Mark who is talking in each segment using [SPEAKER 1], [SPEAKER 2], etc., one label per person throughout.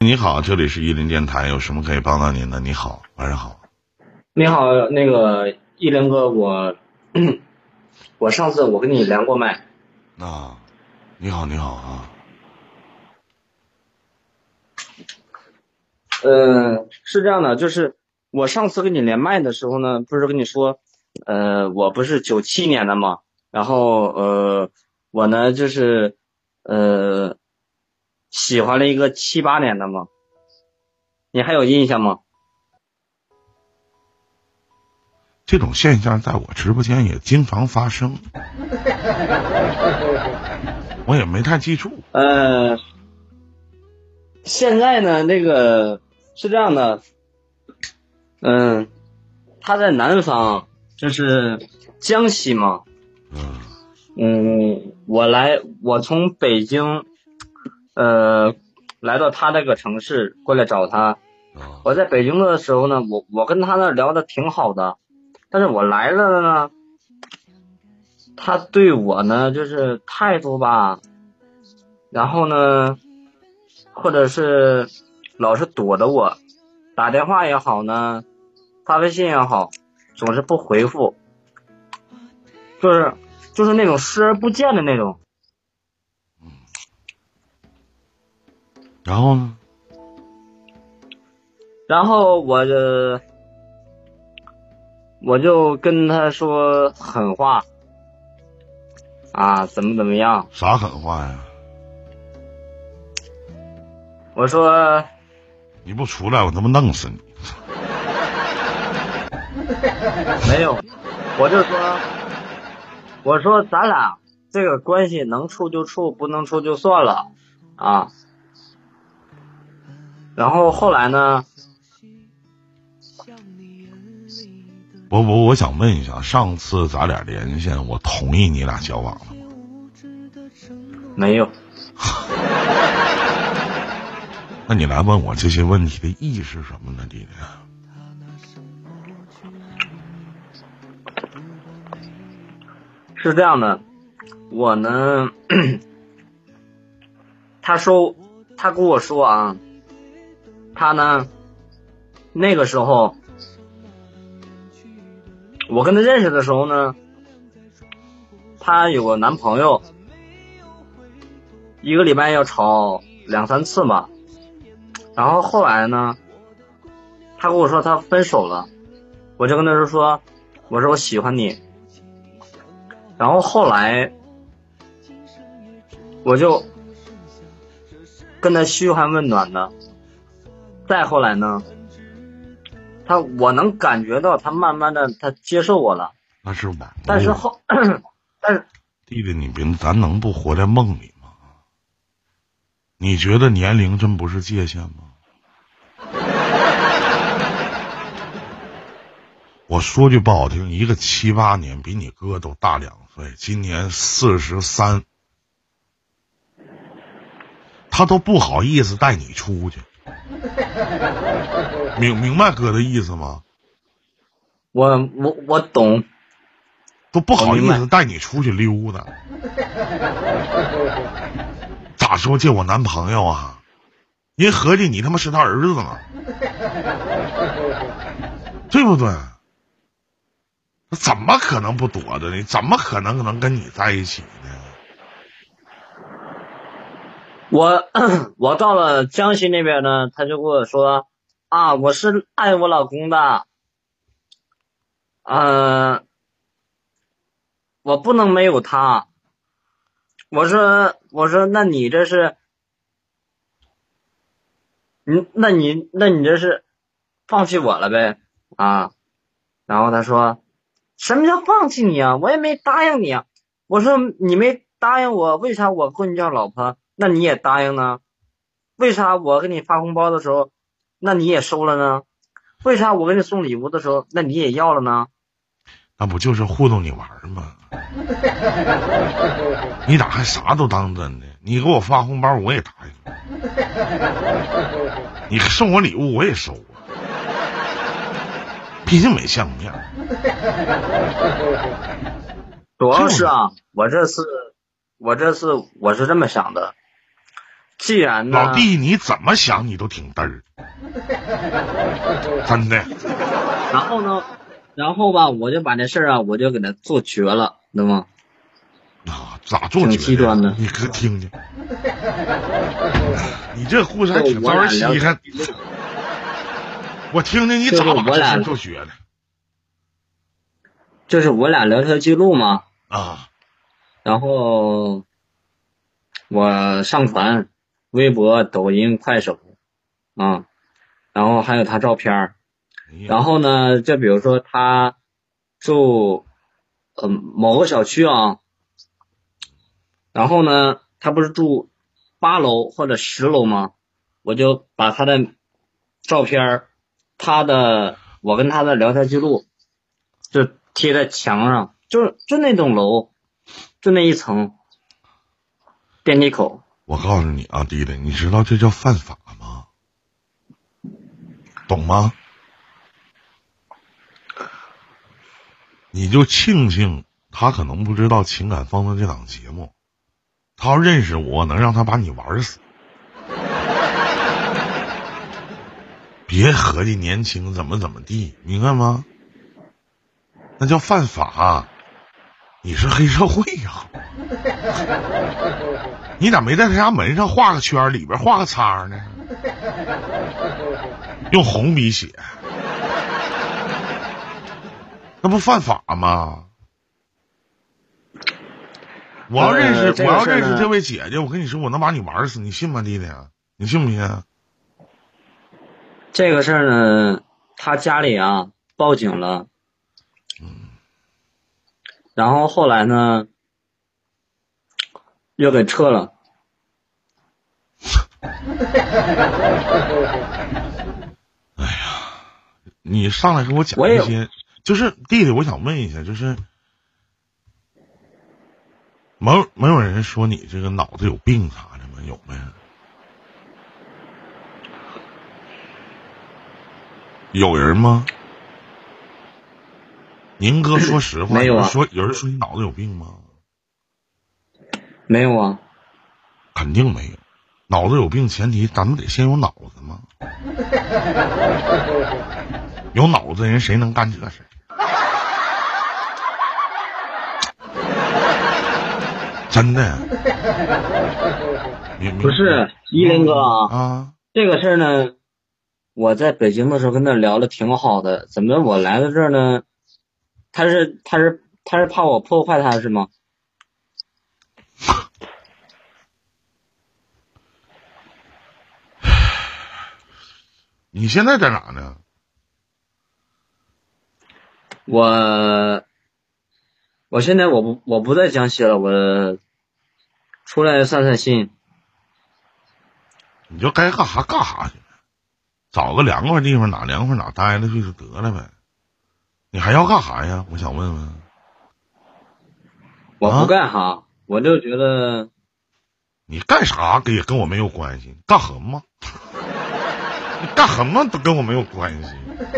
[SPEAKER 1] 你好，这里是伊林电台，有什么可以帮到您的？你好，晚上好。
[SPEAKER 2] 你好，那个依林哥，我上次我跟你连过麦。
[SPEAKER 1] 啊，你好啊。
[SPEAKER 2] 是这样的，就是我上次跟你连麦的时候呢，不是跟你说，我不是97年的嘛，然后我呢就是喜欢了一个78年的嘛，你还有印象吗？
[SPEAKER 1] 这种现象在我直播间也经常发生，我也没太记住。
[SPEAKER 2] 现在呢，那个是这样的，他在南方，就是江西嘛。我从北京，来到他那个城市过来找他。我在北京的时候呢，我跟他那聊的挺好的，但是我来了呢，他对我呢就是态度吧，然后呢，或者是老是躲着我，打电话也好呢，发微信也好，总是不回复，就是那种视而不见的那种。
[SPEAKER 1] 然后呢？
[SPEAKER 2] 然后我就跟他说狠话啊，怎么样？
[SPEAKER 1] 啥狠话呀？
[SPEAKER 2] 我说
[SPEAKER 1] 你不出来，我他妈弄死你！
[SPEAKER 2] 没有，我说咱俩这个关系能处就处，不能处就算了啊。然后后来呢？
[SPEAKER 1] 我想问一下，上次咱俩连线，我同意你俩交往了吗？
[SPEAKER 2] 没有。
[SPEAKER 1] 那你来问我这些问题的意义是什么呢，弟弟？
[SPEAKER 2] 是这样的，我呢，他跟我说啊，他呢，那个时候我跟他认识的时候呢，他有个男朋友，一个礼拜要吵2-3次吧。然后后来呢，他跟我说他分手了，我就跟他说，我说我喜欢你。然后后来我就跟他嘘寒问暖的。再后来呢，我能感觉到他慢慢的他接受我了。
[SPEAKER 1] 那是网络。
[SPEAKER 2] 但是
[SPEAKER 1] 弟弟，咱能不活在梦里吗？你觉得年龄真不是界限吗？我说句不好听，一个78年比你哥都大2岁，今年43，他都不好意思带你出去，明白哥的意思吗？
[SPEAKER 2] 我懂，
[SPEAKER 1] 都不好意思带你出去溜达。咋说借我男朋友啊？人合计你他妈是他儿子呢，对不对？怎么可能不躲着呢？怎么可能跟你在一起呢？
[SPEAKER 2] 我到了江西那边呢，他就跟我说啊，我是爱我老公的，我不能没有他。我说那你这是，那你这是放弃我了呗啊？然后他说，什么叫放弃你啊？我也没答应你啊。我说你没答应我，为啥我管你叫老婆？那你也答应呢？为啥我给你发红包的时候，那你也收了呢？为啥我给你送礼物的时候，那你也要了呢？
[SPEAKER 1] 那不就是糊弄你玩吗？你咋还啥都当真的？你给我发红包我也答应，你送我礼物我也收啊，毕竟没见过面。
[SPEAKER 2] 主要是啊，我这次我是这么想的， 既然呢，
[SPEAKER 1] 老弟你怎么想你都挺嘚儿，真的。
[SPEAKER 2] 然后吧，我就把这事儿啊，我就给他做绝了，知道吗？
[SPEAKER 1] 啊，咋做绝？
[SPEAKER 2] 挺极端的，
[SPEAKER 1] 你可听听。你这故事还挺招人稀罕。我听听你咋把这事做绝的。
[SPEAKER 2] 就是我俩聊天记录嘛。
[SPEAKER 1] 啊。
[SPEAKER 2] 然后我上传微博、抖音、快手啊，然后还有他照片。然后呢，就比如说他住某个小区啊，然后呢他不是住8楼或者10楼吗？我就把他的照片，我跟他的聊天记录就贴在墙上，就那栋楼，就那一层电梯口。
[SPEAKER 1] 我告诉你啊，弟弟，你知道这叫犯法吗？懂吗？你就庆幸他可能不知道情感方的这档节目，他要认识我，能让他把你玩死。别合计年轻怎么地，明白吗？那叫犯法，你是黑社会呀！你咋没在他家门上画个圈，里边画个叉呢？用红笔写，那不犯法吗？我要认识这位姐姐，我跟你说，我能把你玩死，你信吗，弟弟？你信不信？
[SPEAKER 2] 这个事儿呢，他家里啊报警了，然后后来呢又给撤了。
[SPEAKER 1] 哎呀，你上来给我讲一些，就是弟弟，我想问一下，就是没有人说你这个脑子有病啥的吗？有没？有人吗？宁哥，说实话，
[SPEAKER 2] 没有啊。
[SPEAKER 1] 有人说你脑子有病吗？
[SPEAKER 2] 没有啊。
[SPEAKER 1] 肯定没有。脑子有病前提，咱们得先有脑子吗？有脑子人谁能干这事？真的。
[SPEAKER 2] 不是依林哥
[SPEAKER 1] 啊，
[SPEAKER 2] 这个事儿呢，我在北京的时候跟他聊的挺好的，怎么我来到这儿呢？他是怕我破坏他是吗？
[SPEAKER 1] 你现在在哪呢？
[SPEAKER 2] 我现在我不在江西了，我出来散散心。
[SPEAKER 1] 你就该干啥干啥去，找个凉快地方哪凉快哪待着去就得了呗。你还要干啥呀？我想问问。
[SPEAKER 2] 我不干啥，我就觉得
[SPEAKER 1] 你干啥也跟我没有关系，干什么？你干什么都跟我没有关系。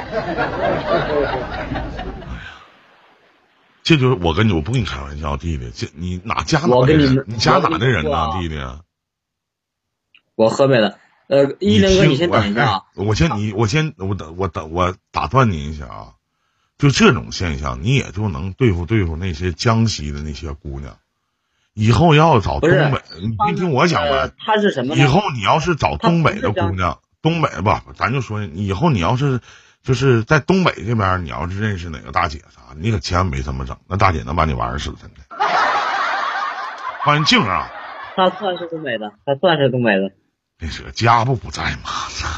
[SPEAKER 1] 哎呀，这就是我不跟你开玩笑，弟弟，这你哪家哪的人？你家哪的人呢，弟弟？
[SPEAKER 2] 我河北的。依林哥，你先等一下啊。
[SPEAKER 1] 我打断您一下啊。就这种现象，你也就能对付那些江西的那些姑娘。以后要找东北，你听我讲完。
[SPEAKER 2] 他是什么？
[SPEAKER 1] 以后你要是找东北的姑娘，东北吧，咱就说，以后你要是就是在东北这边，你要是认识哪个大姐啥，你可千万别这么整，那大姐能把你玩死，真的。欢迎静啊。
[SPEAKER 2] 他算是东北的。
[SPEAKER 1] 那是个家不在吗？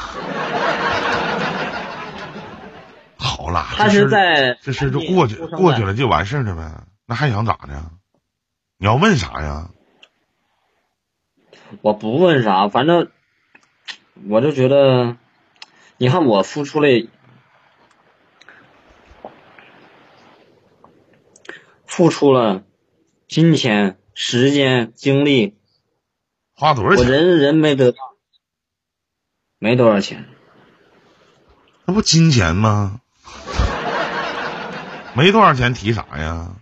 [SPEAKER 1] 好了，
[SPEAKER 2] 他是在
[SPEAKER 1] 这事就过去了，就完事了呗。那还想咋的？你要问啥呀？
[SPEAKER 2] 我不问啥，反正我就觉得，你看我付出了金钱、时间、精力，
[SPEAKER 1] 花多少钱？
[SPEAKER 2] 我人没得到，没多少钱。
[SPEAKER 1] 那不金钱吗？没多少钱提啥呀？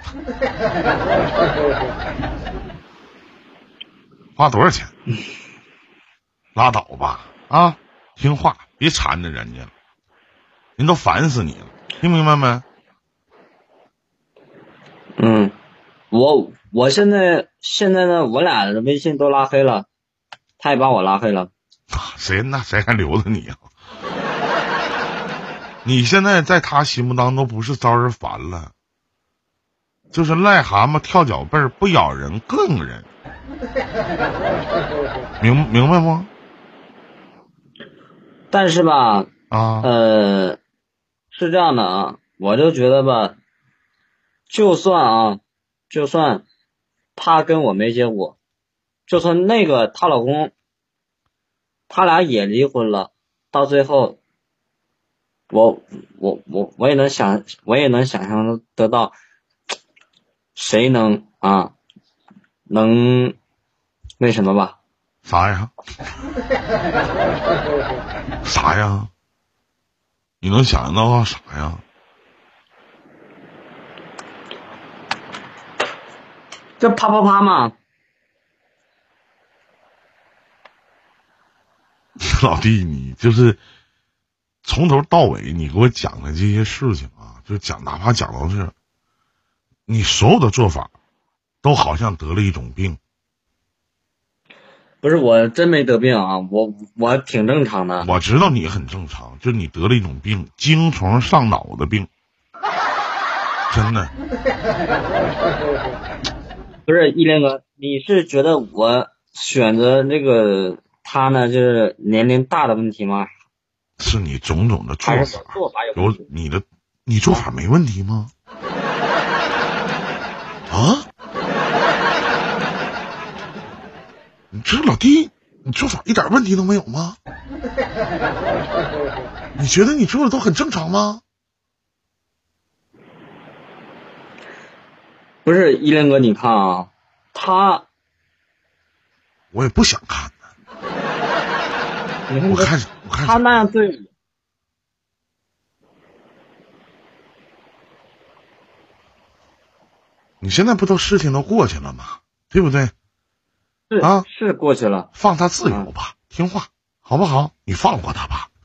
[SPEAKER 1] 花多少钱？ 拉倒吧啊，听话，别缠着人家了，人都烦死你了，听明白没？
[SPEAKER 2] 我现在呢，我俩的微信都拉黑了，他也把我拉黑了。
[SPEAKER 1] 谁还留着你呀？你现在在他心目当中都不是招人烦了，就是癞蛤蟆跳脚背不咬人膈人，明白吗？
[SPEAKER 2] 但是吧，是这样的啊，我就觉得吧，就算她跟我没结果，就算那个她老公，他俩也离婚了，到最后，我也能想象得到，谁能那什么吧？
[SPEAKER 1] 啥呀？啥呀？你能想象到啥呀？
[SPEAKER 2] 这啪啪啪嘛。
[SPEAKER 1] 老弟，你就是从头到尾你给我讲的这些事情啊，就讲哪怕讲到这，你所有的做法都好像得了一种病。
[SPEAKER 2] 不是，我真没得病啊，我挺正常的。
[SPEAKER 1] 我知道你很正常，就你得了一种病，精虫上脑的病，真的。
[SPEAKER 2] 不是一连哥，你是觉得我选择这个他呢，就是年龄大的问题吗？
[SPEAKER 1] 是你种种的做法，
[SPEAKER 2] 有
[SPEAKER 1] 你做法没问题吗？啊？你这老弟，你做法一点问题都没有吗？你觉得你做的都很正常吗？
[SPEAKER 2] 不是一连哥，你看啊，
[SPEAKER 1] 我也不想看呢。我看
[SPEAKER 2] 他那样对你，
[SPEAKER 1] 你现在不都事情都过去了吗？对不对？
[SPEAKER 2] 是过去了，
[SPEAKER 1] 放他自由吧，听话好不好？你放过他吧，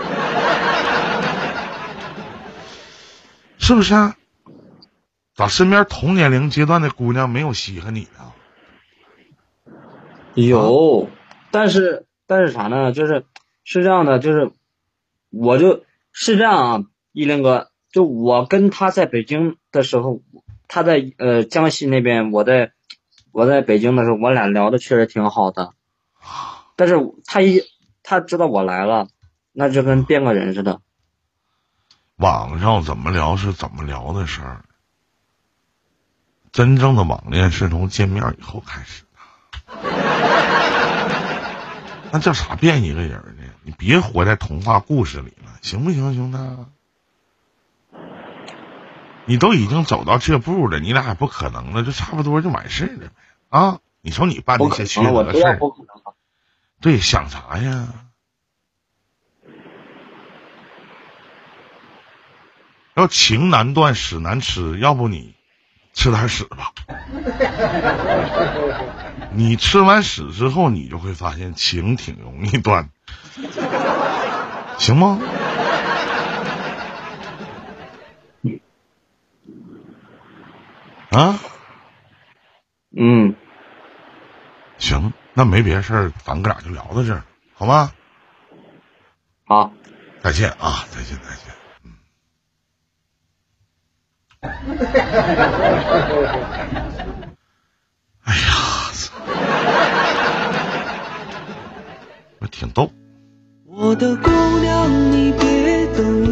[SPEAKER 1] 是不是啊？咋身边同年龄阶段的姑娘没有稀罕你呢？
[SPEAKER 2] 有，但是啥呢？是这样的，是这样啊，一林哥，就我跟他在北京的时候，他在江西那边，我在北京的时候，我俩聊的确实挺好的，但是他知道我来了，那就跟变个人似的。
[SPEAKER 1] 网上怎么聊是怎么聊的事儿，真正的网恋是从见面以后开始的。那叫啥变一个人呢？你别活在童话故事里了，行不行，兄弟？你都已经走到这步了，你俩也不可能了，就差不多就完事了呗啊！你瞅你办那些缺德的事儿，对，想啥呀？要情难断，屎难吃，要不你吃点屎吧。你吃完屎之后，你就会发现情挺容易断，行吗？啊？行，那没别的事儿，咱哥俩就聊到这儿，好吗？
[SPEAKER 2] 好，
[SPEAKER 1] 再见啊，再见。哎呀，我挺逗。
[SPEAKER 3] 我的姑娘，你别等